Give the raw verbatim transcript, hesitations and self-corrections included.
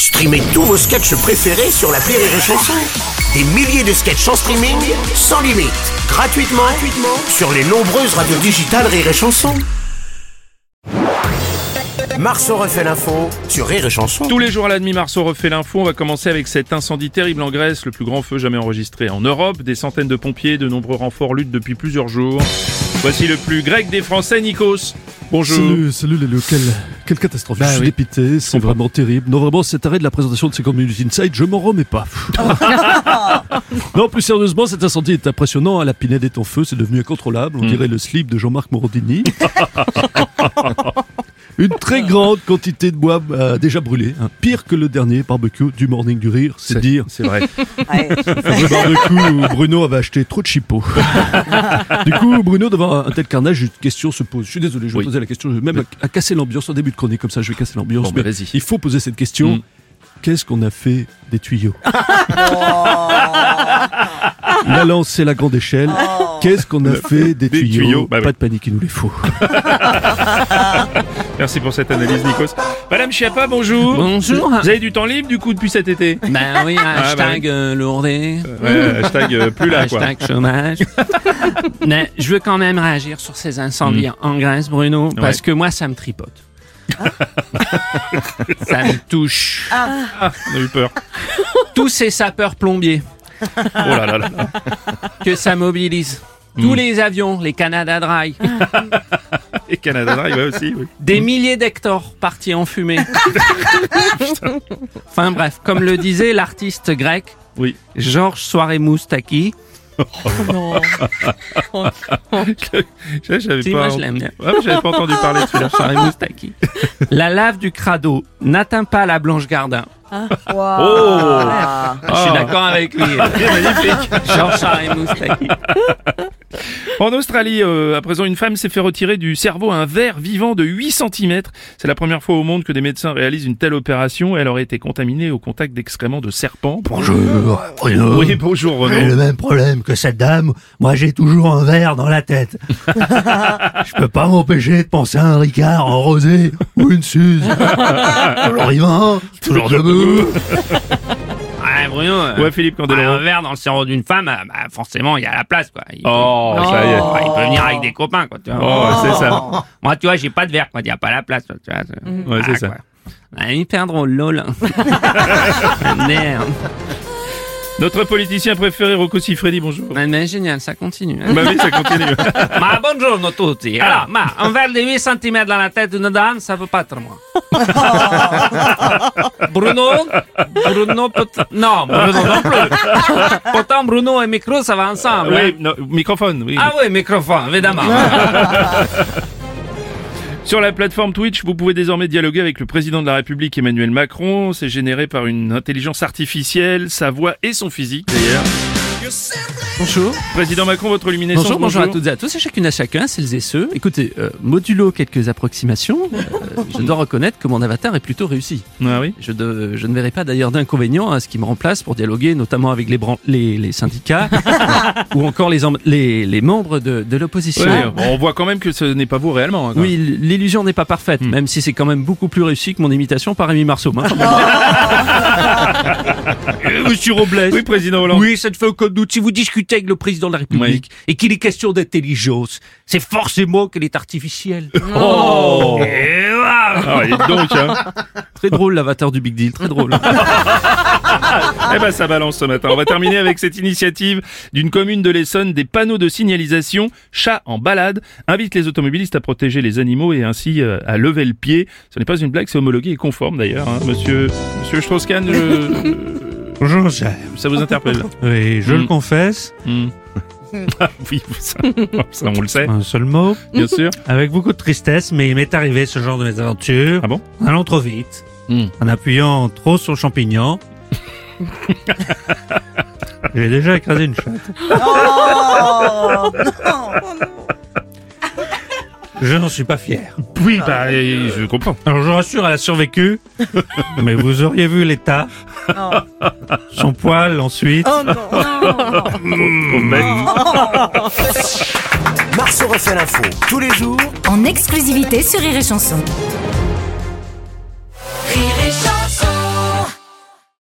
Streamez tous vos sketchs préférés sur l'appli Rire et Chanson. Des milliers de sketchs en streaming, sans limite, gratuitement, gratuitement sur les nombreuses radios digitales Rire et Chanson. Marceau refait l'info sur Rire et Chanson. Tous les jours à la demi, Marceau refait l'info. On va commencer avec cet incendie terrible en Grèce, le plus grand feu jamais enregistré en Europe. Des centaines de pompiers, de nombreux renforts luttent depuis plusieurs jours. Voici le plus grec des Français, Nikos. Bonjour. Salut, salut les locaux. Quelle catastrophe. Bah je suis oui. dépité, c'est vraiment terrible. Non, vraiment, cet arrêt de la présentation de ces Community Inside, je m'en remets pas. Non, plus sérieusement, cet incendie est impressionnant. La Pinède est en feu, c'est devenu incontrôlable. On Mm. dirait le slip de Jean-Marc Morandini. Une très grande quantité de bois a déjà brûlé. Hein. Pire que le dernier barbecue du Morning du Rire, c'est, C'est dire. C'est vrai. Le barbecue où Bruno avait acheté trop de chipots. Du coup, Bruno, devant un tel carnage, une question se pose. Je suis désolé, je vais Oui. poser la question. Je vais même à, à casser l'ambiance en début de chronique, comme ça je vais casser l'ambiance. Bon, bah, Mais vas-y. il faut poser cette question. Mm. Qu'est-ce qu'on a fait des tuyaux? La lance, c'est la grande échelle. Qu'est-ce qu'on a fait des, des tuyaux, tuyaux, bah Pas oui. de panique, il nous les faut. Merci pour cette analyse, Nikos. Madame Chiappa, bonjour. Bonjour. Vous avez du temps libre, du coup, depuis cet été? Ben oui, hashtag bah oui. euh, lourdé, Ouais, hashtag euh, plus là, quoi. hashtag chômage. Mais je veux quand même réagir sur ces incendies en Grèce, Bruno, parce Ouais. que moi, ça me tripote. Ça me touche. Ah, on a eu peur. Tous ces sapeurs-plombiers Oh là là là. que ça mobilise. Tous les avions, les Canada Dry, Et Canada Dry, ouais, aussi, oui. des milliers d'hectares partis en fumée. Enfin bref, comme le disait l'artiste grec Oui. Georges Soaremoustaki. Je- J'avais Si, pas... moi je l'aime bien. Ouais, j'avais pas entendu parler de celui-là. Soaremoustaki. La lave du crado n'atteint pas la Blanche Gardin. Oh Je suis d'accord avec lui. Magnifique. Georges Soaremoustaki. En Australie, euh, à présent, une femme s'est fait retirer du cerveau un ver vivant de huit centimètres. C'est la première fois au monde que des médecins réalisent une telle opération. Elle aurait été contaminée au contact d'excréments de serpents. Bonjour, Bruno. Oui, bonjour J'ai Renaud. le même problème que cette dame. Moi, j'ai toujours un verre dans la tête. Je peux pas m'empêcher de penser à un Ricard en rosé ou une Suze. Toujours vivant, toujours debout. Ouais, Bruno. euh, Ouais, Philippe ouais, Candeloro. un verre dans le cerveau d'une femme, euh, bah, forcément, il y a la place, quoi. Il, Oh, ça y est. ouais, il peut venir avec des copains, quoi. Tu vois. Oh, c'est ça. Moi, tu vois, j'ai pas de verre, quoi. Il y a pas la place, quoi, tu vois. c'est- Ouais, c'est Ah, ça. quoi. Ouais, hyper drôle, lol. Merde. Notre politicien préféré, Rocco Siffredi, bonjour. Ouais, mais génial, ça continue. Hein. Bah oui, ça continue. Ma buongiorno tutti. Alors, ma, un verre de huit centimètres dans la tête d'une dame, ça peut pas être moi. Bruno, Bruno peut... Non, Bruno non plus. Pourtant, Bruno et micro, ça va ensemble. hein. Oui, non, microphone, oui. Ah oui, microphone, évidemment. Sur la plateforme Twitch, vous pouvez désormais dialoguer avec le président de la République Emmanuel Macron. C'est généré par une intelligence artificielle, sa voix et son physique d'ailleurs. Bonjour. Président Macron, votre luminescence. Bonjour, bonjour à toutes et à tous et chacune à chacun, celles et ceux. Écoutez, euh, modulo quelques approximations, euh, je dois reconnaître que mon avatar est plutôt réussi. Ah oui. Je, de- je ne verrai pas d'ailleurs d'inconvénient à ce qui me remplace pour dialoguer, notamment avec les, bran- les, les syndicats ou encore les, em- les, les membres de, de l'opposition. Ouais, bon, on voit quand même que ce n'est pas vous réellement. hein, quoi. Oui, l'illusion n'est pas parfaite, Hmm. même si c'est quand même beaucoup plus réussi que mon imitation par Rémi Marceau. Hein. Euh, Monsieur Robles. Oui, président Hollande. Oui, ça ne fait aucun doute. Si vous discutez avec le président de la République et qu'il est question d'intelligence, c'est forcément qu'elle est artificielle. Oh. Et voilà. Ah ouais, dites donc, hein. Très drôle l'avatar du Big Deal, très drôle. Eh ben, ça balance ce matin. On va terminer avec cette initiative d'une commune de l'Essonne. Des panneaux de signalisation chat en balade invitent les automobilistes à protéger les animaux et ainsi euh, à lever le pied. Ce n'est pas une blague, c'est homologué et conforme d'ailleurs. Hein. Monsieur, Monsieur Strauss-Kahn, je- Bonjour, cher. ça vous interpelle? Oui, je Mm. le confesse, Hmm. Ah oui, ça, ça, on le sait, un seul mot, bien sûr. avec beaucoup de tristesse, mais il m'est arrivé ce genre de mésaventure. Ah bon? En allant trop vite, Hmm. en appuyant trop sur le champignon. J'ai déjà écrasé une chatte. Je n'en suis pas fier. Oui, bah, euh, je comprends. Alors je rassure, elle a survécu, mais vous auriez vu l'état. Son poil ensuite. Pauvre bête. Marceau refait l'info tous les jours En exclusivité sur Rire et Chanson.